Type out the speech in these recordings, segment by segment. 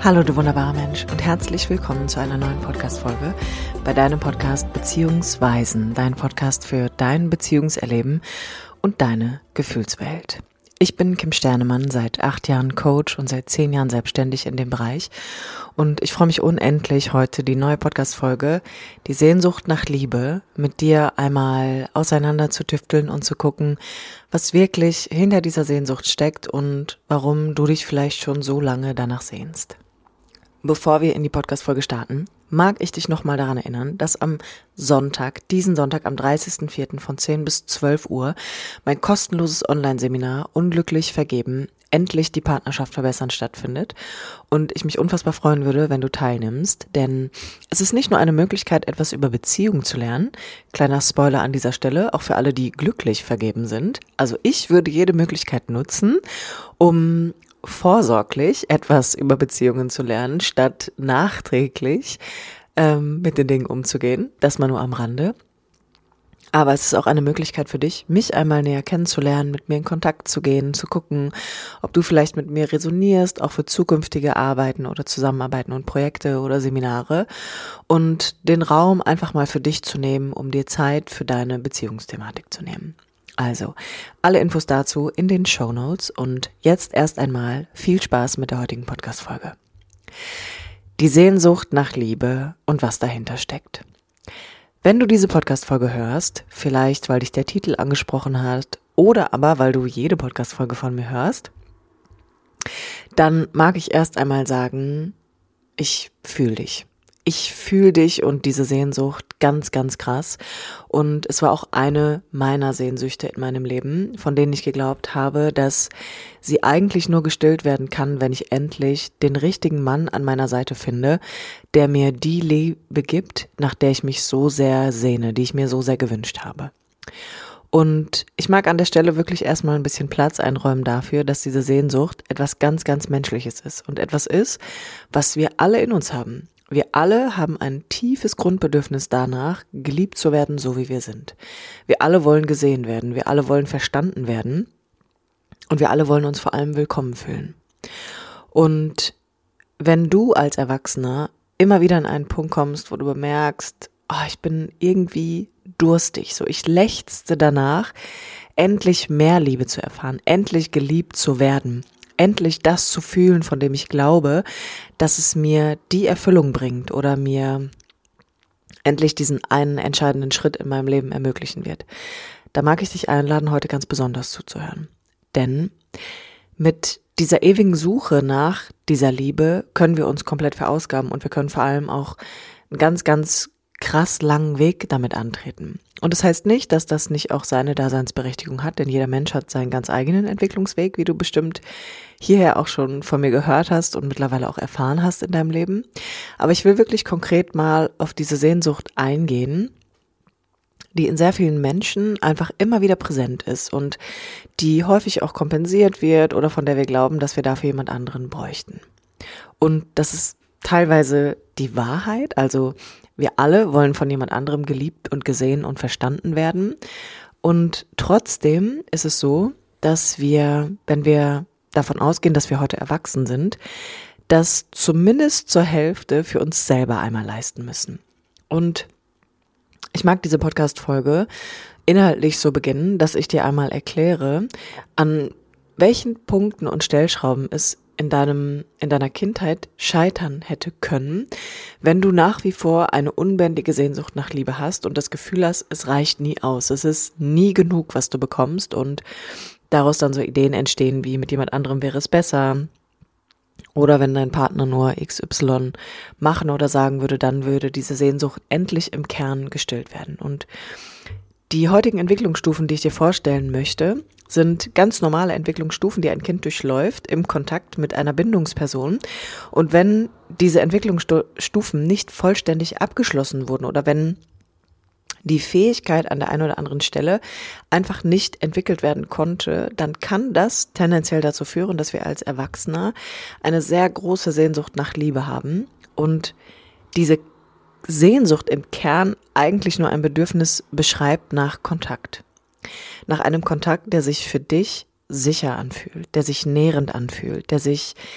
Hallo du wunderbarer Mensch und herzlich willkommen zu einer neuen Podcast-Folge bei deinem Podcast Beziehungsweisen, dein Podcast für dein Beziehungserleben und deine Gefühlswelt. Ich bin Kim Sternemann, seit 8 Jahren Coach und seit 10 Jahren selbstständig in dem Bereich und ich freue mich unendlich, heute die neue Podcast-Folge, die Sehnsucht nach Liebe, mit dir einmal auseinander zu tüfteln und zu gucken, was wirklich hinter dieser Sehnsucht steckt und warum du dich vielleicht schon so lange danach sehnst. Bevor wir in die Podcast-Folge starten, mag ich dich nochmal daran erinnern, dass am Sonntag, diesen Sonntag am 30.04. von 10 bis 12 Uhr mein kostenloses Online-Seminar Unglücklich vergeben, endlich die Partnerschaft verbessern stattfindet und ich mich unfassbar freuen würde, wenn du teilnimmst, denn es ist nicht nur eine Möglichkeit, etwas über Beziehungen zu lernen, kleiner Spoiler an dieser Stelle, auch für alle, die glücklich vergeben sind, also ich würde jede Möglichkeit nutzen, um vorsorglich etwas über Beziehungen zu lernen, statt nachträglich mit den Dingen umzugehen. Das mal nur am Rande. Aber es ist auch eine Möglichkeit für dich, mich einmal näher kennenzulernen, mit mir in Kontakt zu gehen, zu gucken, ob du vielleicht mit mir resonierst, auch für zukünftige Arbeiten oder Zusammenarbeiten und Projekte oder Seminare und den Raum einfach mal für dich zu nehmen, um dir Zeit für deine Beziehungsthematik zu nehmen. Also, alle Infos dazu in den Shownotes und jetzt erst einmal viel Spaß mit der heutigen Podcast-Folge. Die Sehnsucht nach Liebe und was dahinter steckt. Wenn du diese Podcast-Folge hörst, vielleicht weil dich der Titel angesprochen hat oder aber weil du jede Podcast-Folge von mir hörst, dann mag ich erst einmal sagen, ich fühle dich. Ich fühle dich und diese Sehnsucht ganz, ganz krass. Und es war auch eine meiner Sehnsüchte in meinem Leben, von denen ich geglaubt habe, dass sie eigentlich nur gestillt werden kann, wenn ich endlich den richtigen Mann an meiner Seite finde, der mir die Liebe gibt, nach der ich mich so sehr sehne, die ich mir so sehr gewünscht habe. Und ich mag an der Stelle wirklich erstmal ein bisschen Platz einräumen dafür, dass diese Sehnsucht etwas ganz, ganz Menschliches ist und etwas ist, was wir alle in uns haben. Wir alle haben ein tiefes Grundbedürfnis danach, geliebt zu werden, so wie wir sind. Wir alle wollen gesehen werden, wir alle wollen verstanden werden und wir alle wollen uns vor allem willkommen fühlen. Und wenn du als Erwachsener immer wieder an einen Punkt kommst, wo du bemerkst, ich bin irgendwie durstig, so ich lechzte danach, endlich mehr Liebe zu erfahren, endlich geliebt zu werden, endlich das zu fühlen, von dem ich glaube, dass es mir die Erfüllung bringt oder mir endlich diesen einen entscheidenden Schritt in meinem Leben ermöglichen wird. Da mag ich dich einladen, heute ganz besonders zuzuhören. Denn mit dieser ewigen Suche nach dieser Liebe können wir uns komplett verausgaben und wir können vor allem auch einen ganz, ganz krass langen Weg damit antreten. Und das heißt nicht, dass das nicht auch seine Daseinsberechtigung hat, denn jeder Mensch hat seinen ganz eigenen Entwicklungsweg, wie du bestimmt hierher auch schon von mir gehört hast und mittlerweile auch erfahren hast in deinem Leben. Aber ich will wirklich konkret mal auf diese Sehnsucht eingehen, die in sehr vielen Menschen einfach immer wieder präsent ist und die häufig auch kompensiert wird oder von der wir glauben, dass wir dafür jemand anderen bräuchten. Und das ist teilweise die Wahrheit, also wir alle wollen von jemand anderem geliebt und gesehen und verstanden werden. Und trotzdem ist es so, dass wir, wenn wir davon ausgehen, dass wir heute erwachsen sind, das zumindest zur Hälfte für uns selber einmal leisten müssen. Und ich mag diese Podcast-Folge inhaltlich so beginnen, dass ich dir einmal erkläre, an welchen Punkten und Stellschrauben es in deiner Kindheit scheitern hätte können, wenn du nach wie vor eine unbändige Sehnsucht nach Liebe hast und das Gefühl hast, es reicht nie aus, es ist nie genug, was du bekommst und daraus dann so Ideen entstehen wie mit jemand anderem wäre es besser oder wenn dein Partner nur XY machen oder sagen würde, dann würde diese Sehnsucht endlich im Kern gestillt werden. Und die heutigen Entwicklungsstufen, die ich dir vorstellen möchte, sind ganz normale Entwicklungsstufen, die ein Kind durchläuft im Kontakt mit einer Bindungsperson. Und wenn diese Entwicklungsstufen nicht vollständig abgeschlossen wurden oder wenn die Fähigkeit an der einen oder anderen Stelle einfach nicht entwickelt werden konnte, dann kann das tendenziell dazu führen, dass wir als Erwachsener eine sehr große Sehnsucht nach Liebe haben und diese Sehnsucht im Kern eigentlich nur ein Bedürfnis beschreibt nach Kontakt. Nach einem Kontakt, der sich für dich sicher anfühlt, der sich nährend anfühlt, der sich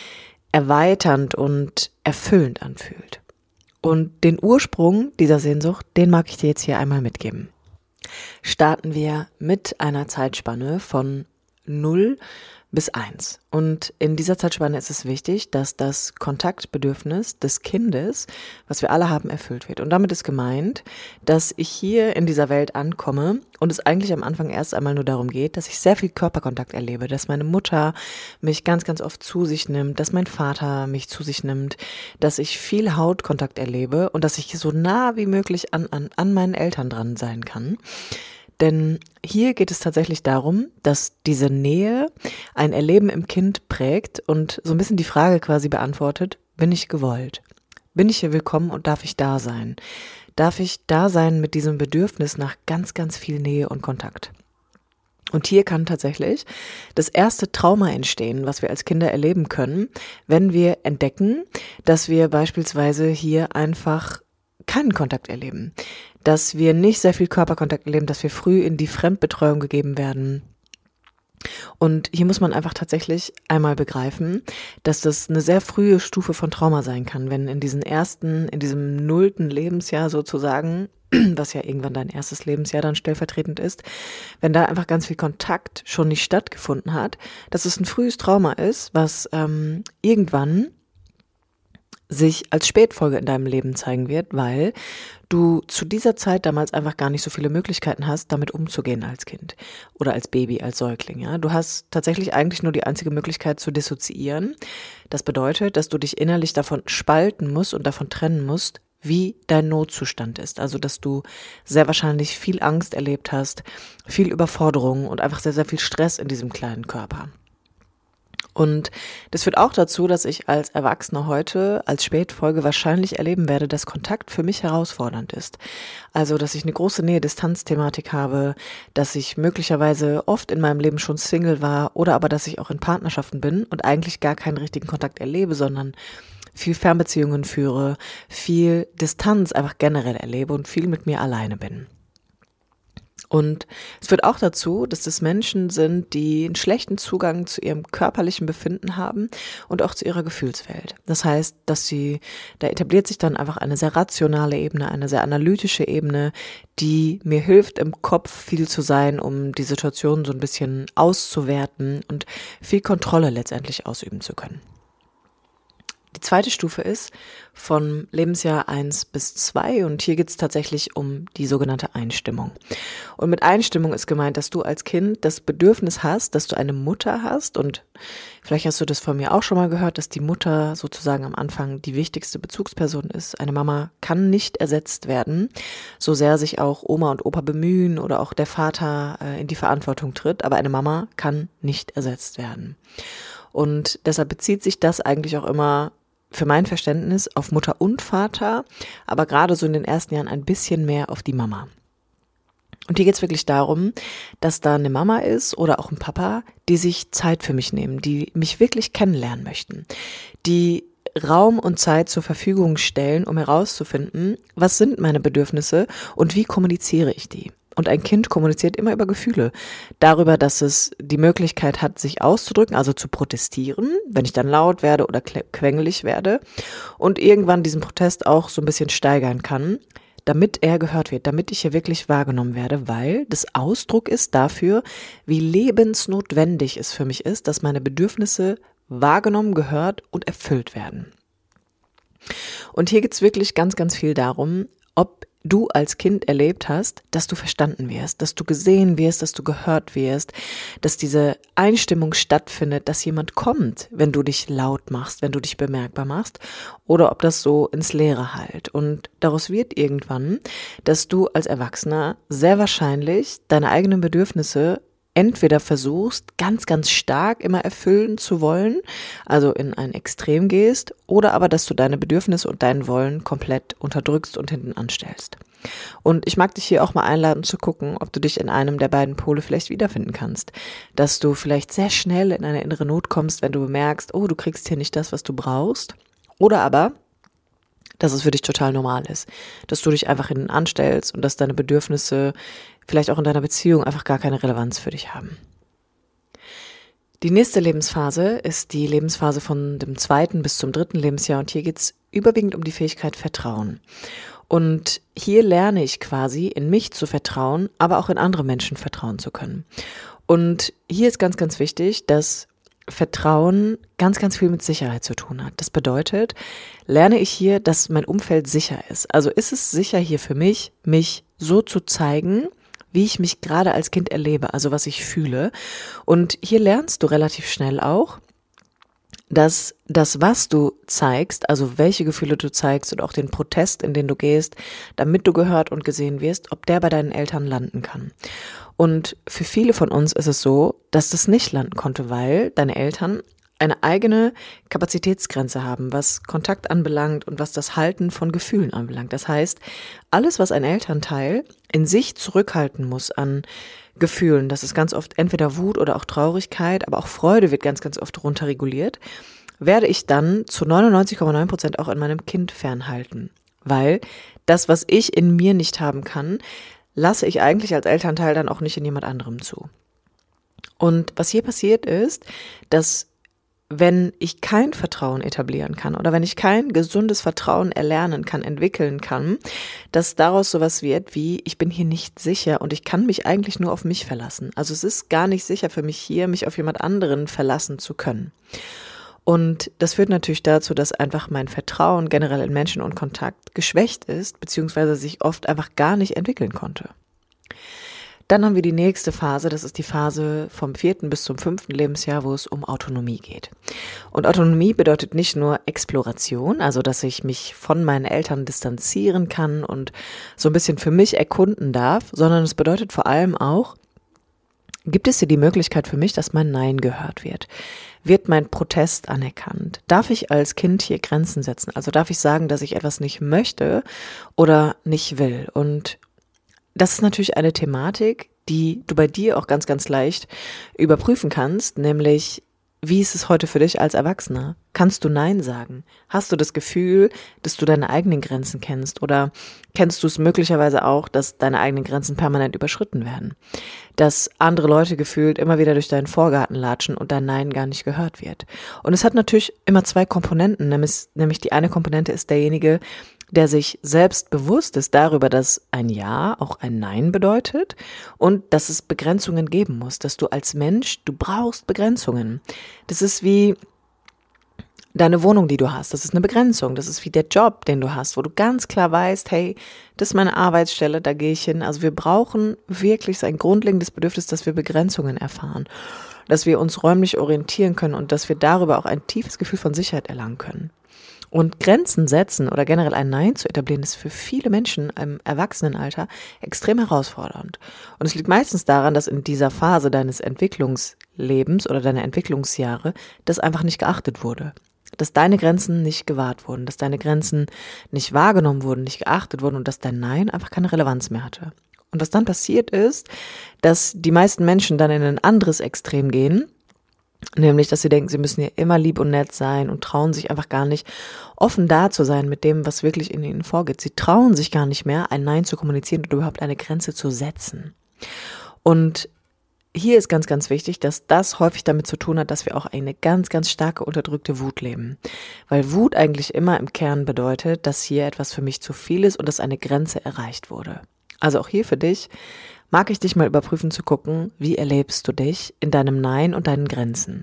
erweiternd und erfüllend anfühlt. Und den Ursprung dieser Sehnsucht, den mag ich dir jetzt hier einmal mitgeben. Starten wir mit einer Zeitspanne von 0 bis 1. Und in dieser Zeitspanne ist es wichtig, dass das Kontaktbedürfnis des Kindes, was wir alle haben, erfüllt wird. Und damit ist gemeint, dass ich hier in dieser Welt ankomme und es eigentlich am Anfang erst einmal nur darum geht, dass ich sehr viel Körperkontakt erlebe, dass meine Mutter mich ganz, ganz oft zu sich nimmt, dass mein Vater mich zu sich nimmt, dass ich viel Hautkontakt erlebe und dass ich so nah wie möglich an meinen Eltern dran sein kann. Denn hier geht es tatsächlich darum, dass diese Nähe ein Erleben im Kind prägt und so ein bisschen die Frage quasi beantwortet, bin ich gewollt? Bin ich hier willkommen und darf ich da sein? Darf ich da sein mit diesem Bedürfnis nach ganz, ganz viel Nähe und Kontakt? Und hier kann tatsächlich das erste Trauma entstehen, was wir als Kinder erleben können, wenn wir entdecken, dass wir beispielsweise hier einfach keinen Kontakt erleben, dass wir nicht sehr viel Körperkontakt erleben, dass wir früh in die Fremdbetreuung gegeben werden. Und hier muss man einfach tatsächlich einmal begreifen, dass das eine sehr frühe Stufe von Trauma sein kann, wenn in diesem 0. Lebensjahr sozusagen, was ja irgendwann dein erstes Lebensjahr dann stellvertretend ist, wenn da einfach ganz viel Kontakt schon nicht stattgefunden hat, dass es ein frühes Trauma ist, was irgendwann sich als Spätfolge in deinem Leben zeigen wird, weil du zu dieser Zeit damals einfach gar nicht so viele Möglichkeiten hast, damit umzugehen als Kind oder als Baby, als Säugling. Ja? Du hast tatsächlich eigentlich nur die einzige Möglichkeit zu dissoziieren. Das bedeutet, dass du dich innerlich davon spalten musst und davon trennen musst, wie dein Notzustand ist. Also, dass du sehr wahrscheinlich viel Angst erlebt hast, viel Überforderung und einfach sehr, sehr viel Stress in diesem kleinen Körper. Und das führt auch dazu, dass ich als Erwachsener heute als Spätfolge wahrscheinlich erleben werde, dass Kontakt für mich herausfordernd ist. Also, dass ich eine große Nähe-Distanz-Thematik habe, dass ich möglicherweise oft in meinem Leben schon Single war oder aber, dass ich auch in Partnerschaften bin und eigentlich gar keinen richtigen Kontakt erlebe, sondern viel Fernbeziehungen führe, viel Distanz einfach generell erlebe und viel mit mir alleine bin. Und es führt auch dazu, dass das Menschen sind, die einen schlechten Zugang zu ihrem körperlichen Befinden haben und auch zu ihrer Gefühlswelt. Das heißt, da etabliert sich dann einfach eine sehr rationale Ebene, eine sehr analytische Ebene, die mir hilft, im Kopf viel zu sein, um die Situation so ein bisschen auszuwerten und viel Kontrolle letztendlich ausüben zu können. Die zweite Stufe ist von Lebensjahr 1 bis 2 und hier geht es tatsächlich um die sogenannte Einstimmung. Und mit Einstimmung ist gemeint, dass du als Kind das Bedürfnis hast, dass du eine Mutter hast und vielleicht hast du das von mir auch schon mal gehört, dass die Mutter sozusagen am Anfang die wichtigste Bezugsperson ist. Eine Mama kann nicht ersetzt werden, so sehr sich auch Oma und Opa bemühen oder auch der Vater in die Verantwortung tritt, aber eine Mama kann nicht ersetzt werden. Und deshalb bezieht sich das eigentlich auch immer für mein Verständnis auf Mutter und Vater, aber gerade so in den ersten Jahren ein bisschen mehr auf die Mama. Und hier geht es wirklich darum, dass da eine Mama ist oder auch ein Papa, die sich Zeit für mich nehmen, die mich wirklich kennenlernen möchten, die Raum und Zeit zur Verfügung stellen, um herauszufinden, was sind meine Bedürfnisse und wie kommuniziere ich die. Und ein Kind kommuniziert immer über Gefühle, darüber, dass es die Möglichkeit hat, sich auszudrücken, also zu protestieren, wenn ich dann laut werde oder quengelig werde und irgendwann diesen Protest auch so ein bisschen steigern kann, damit er gehört wird, damit ich hier wirklich wahrgenommen werde, weil das Ausdruck ist dafür, wie lebensnotwendig es für mich ist, dass meine Bedürfnisse wahrgenommen, gehört und erfüllt werden. Und hier geht es wirklich ganz, ganz viel darum, ob du als Kind erlebt hast, dass du verstanden wirst, dass du gesehen wirst, dass du gehört wirst, dass diese Einstimmung stattfindet, dass jemand kommt, wenn du dich laut machst, wenn du dich bemerkbar machst, oder ob das so ins Leere hallt. Und daraus wird irgendwann, dass du als Erwachsener sehr wahrscheinlich deine eigenen Bedürfnisse entweder versuchst, ganz, ganz stark immer erfüllen zu wollen, also in ein Extrem gehst, oder aber, dass du deine Bedürfnisse und dein Wollen komplett unterdrückst und hinten anstellst. Und ich mag dich hier auch mal einladen zu gucken, ob du dich in einem der beiden Pole vielleicht wiederfinden kannst. Dass du vielleicht sehr schnell in eine innere Not kommst, wenn du bemerkst, oh, du kriegst hier nicht das, was du brauchst. Oder aber, dass es für dich total normal ist, dass du dich einfach hinten anstellst und dass deine Bedürfnisse vielleicht auch in deiner Beziehung einfach gar keine Relevanz für dich haben. Die nächste Lebensphase ist die Lebensphase von dem 2. bis zum 3. Lebensjahr und hier geht es überwiegend um die Fähigkeit Vertrauen. Und hier lerne ich quasi, in mich zu vertrauen, aber auch in andere Menschen vertrauen zu können. Und hier ist ganz, ganz wichtig, dass Vertrauen ganz, ganz viel mit Sicherheit zu tun hat. Das bedeutet, lerne ich hier, dass mein Umfeld sicher ist. Also ist es sicher hier für mich so zu zeigen, wie ich mich gerade als Kind erlebe, also was ich fühle. Und hier lernst du relativ schnell auch, dass das, was du zeigst, also welche Gefühle du zeigst und auch den Protest, in den du gehst, damit du gehört und gesehen wirst, ob der bei deinen Eltern landen kann. Und für viele von uns ist es so, dass das nicht landen konnte, weil deine Eltern eine eigene Kapazitätsgrenze haben, was Kontakt anbelangt und was das Halten von Gefühlen anbelangt. Das heißt, alles, was ein Elternteil in sich zurückhalten muss an Gefühlen, das ist ganz oft entweder Wut oder auch Traurigkeit, aber auch Freude wird ganz, ganz oft runterreguliert, werde ich dann zu 99,9% auch in meinem Kind fernhalten. Weil das, was ich in mir nicht haben kann, lasse ich eigentlich als Elternteil dann auch nicht in jemand anderem zu. Und was hier passiert ist, dass wenn ich kein Vertrauen etablieren kann oder wenn ich kein gesundes Vertrauen erlernen kann, entwickeln kann, dass daraus sowas wird wie, ich bin hier nicht sicher und ich kann mich eigentlich nur auf mich verlassen. Also es ist gar nicht sicher für mich hier, mich auf jemand anderen verlassen zu können. Und das führt natürlich dazu, dass einfach mein Vertrauen generell in Menschen und Kontakt geschwächt ist, beziehungsweise sich oft einfach gar nicht entwickeln konnte. Dann haben wir die nächste Phase, das ist die Phase vom 4. bis zum 5. Lebensjahr, wo es um Autonomie geht. Und Autonomie bedeutet nicht nur Exploration, also dass ich mich von meinen Eltern distanzieren kann und so ein bisschen für mich erkunden darf, sondern es bedeutet vor allem auch, gibt es hier die Möglichkeit für mich, dass mein Nein gehört wird? Wird mein Protest anerkannt? Darf ich als Kind hier Grenzen setzen? Also darf ich sagen, dass ich etwas nicht möchte oder nicht will? Und das ist natürlich eine Thematik, die du bei dir auch ganz, ganz leicht überprüfen kannst, nämlich, wie ist es heute für dich als Erwachsener? Kannst du Nein sagen? Hast du das Gefühl, dass du deine eigenen Grenzen kennst oder kennst du es möglicherweise auch, dass deine eigenen Grenzen permanent überschritten werden? Dass andere Leute gefühlt immer wieder durch deinen Vorgarten latschen und dein Nein gar nicht gehört wird. Und es hat natürlich immer 2 Komponenten, nämlich die eine Komponente ist derjenige, der sich selbst bewusst ist darüber, dass ein Ja auch ein Nein bedeutet und dass es Begrenzungen geben muss, dass du als Mensch, du brauchst Begrenzungen. Das ist wie deine Wohnung, die du hast, das ist eine Begrenzung, das ist wie der Job, den du hast, wo du ganz klar weißt, hey, das ist meine Arbeitsstelle, da gehe ich hin. Also wir brauchen wirklich so ein grundlegendes Bedürfnis, dass wir Begrenzungen erfahren, dass wir uns räumlich orientieren können und dass wir darüber auch ein tiefes Gefühl von Sicherheit erlangen können. Und Grenzen setzen oder generell ein Nein zu etablieren, ist für viele Menschen im Erwachsenenalter extrem herausfordernd. Und es liegt meistens daran, dass in dieser Phase deines Entwicklungslebens oder deiner Entwicklungsjahre das einfach nicht geachtet wurde. Dass deine Grenzen nicht gewahrt wurden, dass deine Grenzen nicht wahrgenommen wurden, nicht geachtet wurden und dass dein Nein einfach keine Relevanz mehr hatte. Und was dann passiert ist, dass die meisten Menschen dann in ein anderes Extrem gehen, nämlich, dass sie denken, sie müssen ja immer lieb und nett sein und trauen sich einfach gar nicht, offen da zu sein mit dem, was wirklich in ihnen vorgeht. Sie trauen sich gar nicht mehr, ein Nein zu kommunizieren oder überhaupt eine Grenze zu setzen. Und hier ist ganz, ganz wichtig, dass das häufig damit zu tun hat, dass wir auch eine ganz, ganz starke unterdrückte Wut leben. Weil Wut eigentlich immer im Kern bedeutet, dass hier etwas für mich zu viel ist und dass eine Grenze erreicht wurde. Also auch hier für dich, mag ich dich mal überprüfen zu gucken, wie erlebst du dich in deinem Nein und deinen Grenzen.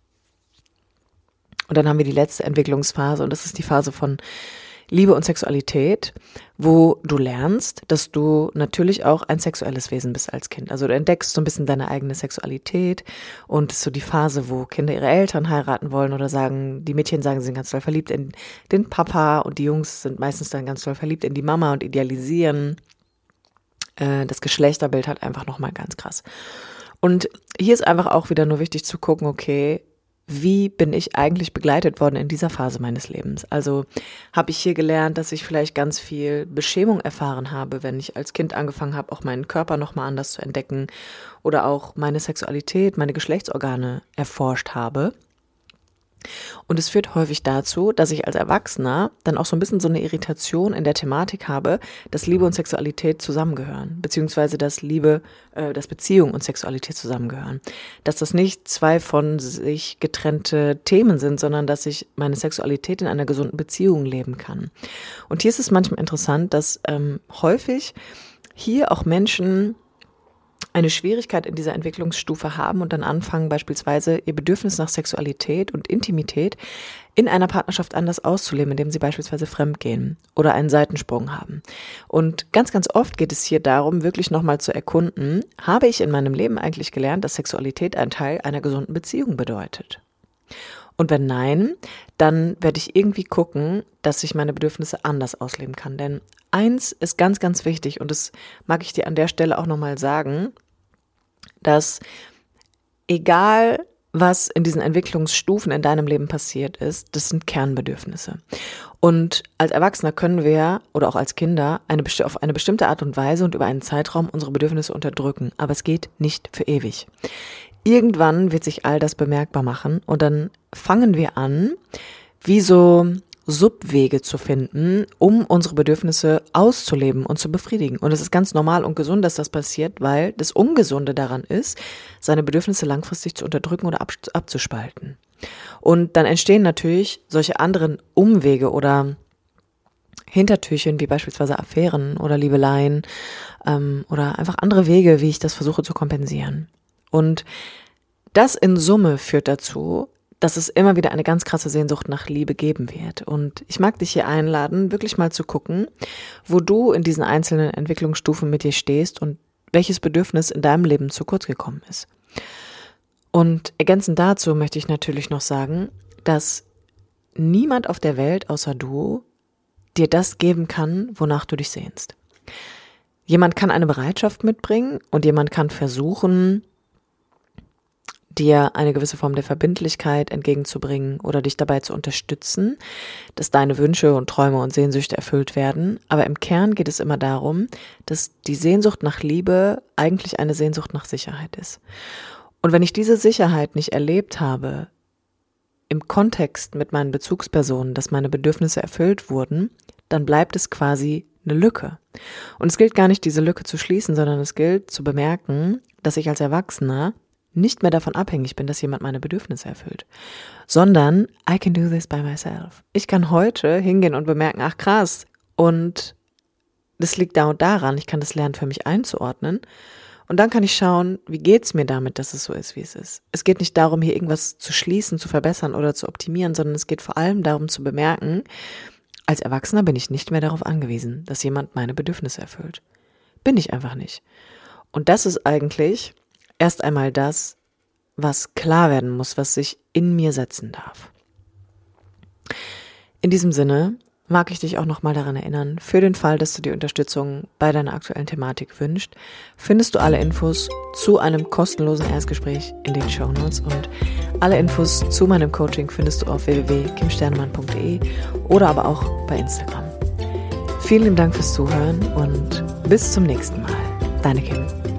Und dann haben wir die letzte Entwicklungsphase und das ist die Phase von Liebe und Sexualität, wo du lernst, dass du natürlich auch ein sexuelles Wesen bist als Kind. Also du entdeckst so ein bisschen deine eigene Sexualität und das ist so die Phase, wo Kinder ihre Eltern heiraten wollen oder sagen, die Mädchen sagen, sie sind ganz doll verliebt in den Papa und die Jungs sind meistens dann ganz doll verliebt in die Mama und idealisieren das Geschlechterbild halt einfach nochmal ganz krass. Und hier ist einfach auch wieder nur wichtig zu gucken, okay, wie bin ich eigentlich begleitet worden in dieser Phase meines Lebens? Also habe ich hier gelernt, dass ich vielleicht ganz viel Beschämung erfahren habe, wenn ich als Kind angefangen habe, auch meinen Körper nochmal anders zu entdecken oder auch meine Sexualität, meine Geschlechtsorgane erforscht habe. Und es führt häufig dazu, dass ich als Erwachsener dann auch so ein bisschen so eine Irritation in der Thematik habe, dass Liebe und Sexualität zusammengehören, beziehungsweise dass Beziehung und Sexualität zusammengehören. Dass das nicht zwei von sich getrennte Themen sind, sondern dass ich meine Sexualität in einer gesunden Beziehung leben kann. Und hier ist es manchmal interessant, dass häufig hier auch Menschen eine Schwierigkeit in dieser Entwicklungsstufe haben und dann anfangen, beispielsweise ihr Bedürfnis nach Sexualität und Intimität in einer Partnerschaft anders auszuleben, indem sie beispielsweise fremdgehen oder einen Seitensprung haben. Und ganz, ganz oft geht es hier darum, wirklich nochmal zu erkunden, habe ich in meinem Leben eigentlich gelernt, dass Sexualität ein Teil einer gesunden Beziehung bedeutet? Und wenn nein, dann werde ich irgendwie gucken, dass ich meine Bedürfnisse anders ausleben kann. Denn eins ist ganz, ganz wichtig und das mag ich dir an der Stelle auch nochmal sagen, dass egal was in diesen Entwicklungsstufen in deinem Leben passiert ist, das sind Kernbedürfnisse. Und als Erwachsener können wir oder auch als Kinder auf eine bestimmte Art und Weise und über einen Zeitraum unsere Bedürfnisse unterdrücken. Aber es geht nicht für ewig. Irgendwann wird sich all das bemerkbar machen und dann fangen wir an, wie so Subwege zu finden, um unsere Bedürfnisse auszuleben und zu befriedigen. Und es ist ganz normal und gesund, dass das passiert, weil das Ungesunde daran ist, seine Bedürfnisse langfristig zu unterdrücken oder abzuspalten. Und dann entstehen natürlich solche anderen Umwege oder Hintertürchen, wie beispielsweise Affären oder Liebeleien oder einfach andere Wege, wie ich das versuche zu kompensieren. Und das in Summe führt dazu, dass es immer wieder eine ganz krasse Sehnsucht nach Liebe geben wird. Und ich mag dich hier einladen, wirklich mal zu gucken, wo du in diesen einzelnen Entwicklungsstufen mit dir stehst und welches Bedürfnis in deinem Leben zu kurz gekommen ist. Und ergänzend dazu möchte ich natürlich noch sagen, dass niemand auf der Welt außer du dir das geben kann, wonach du dich sehnst. Jemand kann eine Bereitschaft mitbringen und jemand kann versuchen, dir eine gewisse Form der Verbindlichkeit entgegenzubringen oder dich dabei zu unterstützen, dass deine Wünsche und Träume und Sehnsüchte erfüllt werden. Aber im Kern geht es immer darum, dass die Sehnsucht nach Liebe eigentlich eine Sehnsucht nach Sicherheit ist. Und wenn ich diese Sicherheit nicht erlebt habe, im Kontext mit meinen Bezugspersonen, dass meine Bedürfnisse erfüllt wurden, dann bleibt es quasi eine Lücke. Und es gilt gar nicht, diese Lücke zu schließen, sondern es gilt zu bemerken, dass ich als Erwachsener nicht mehr davon abhängig bin, dass jemand meine Bedürfnisse erfüllt, sondern I can do this by myself. Ich kann heute hingehen und bemerken, ach krass, und das liegt da und daran, ich kann das lernen, für mich einzuordnen und dann kann ich schauen, wie geht's mir damit, dass es so ist, wie es ist. Es geht nicht darum, hier irgendwas zu schließen, zu verbessern oder zu optimieren, sondern es geht vor allem darum zu bemerken, als Erwachsener bin ich nicht mehr darauf angewiesen, dass jemand meine Bedürfnisse erfüllt. Bin ich einfach nicht. Und das ist eigentlich erst einmal das, was klar werden muss, was sich in mir setzen darf. In diesem Sinne mag ich dich auch nochmal daran erinnern, für den Fall, dass du dir Unterstützung bei deiner aktuellen Thematik wünschst, findest du alle Infos zu einem kostenlosen Erstgespräch in den Shownotes und alle Infos zu meinem Coaching findest du auf www.kimsternemann.de oder aber auch bei Instagram. Vielen Dank fürs Zuhören und bis zum nächsten Mal. Deine Kim.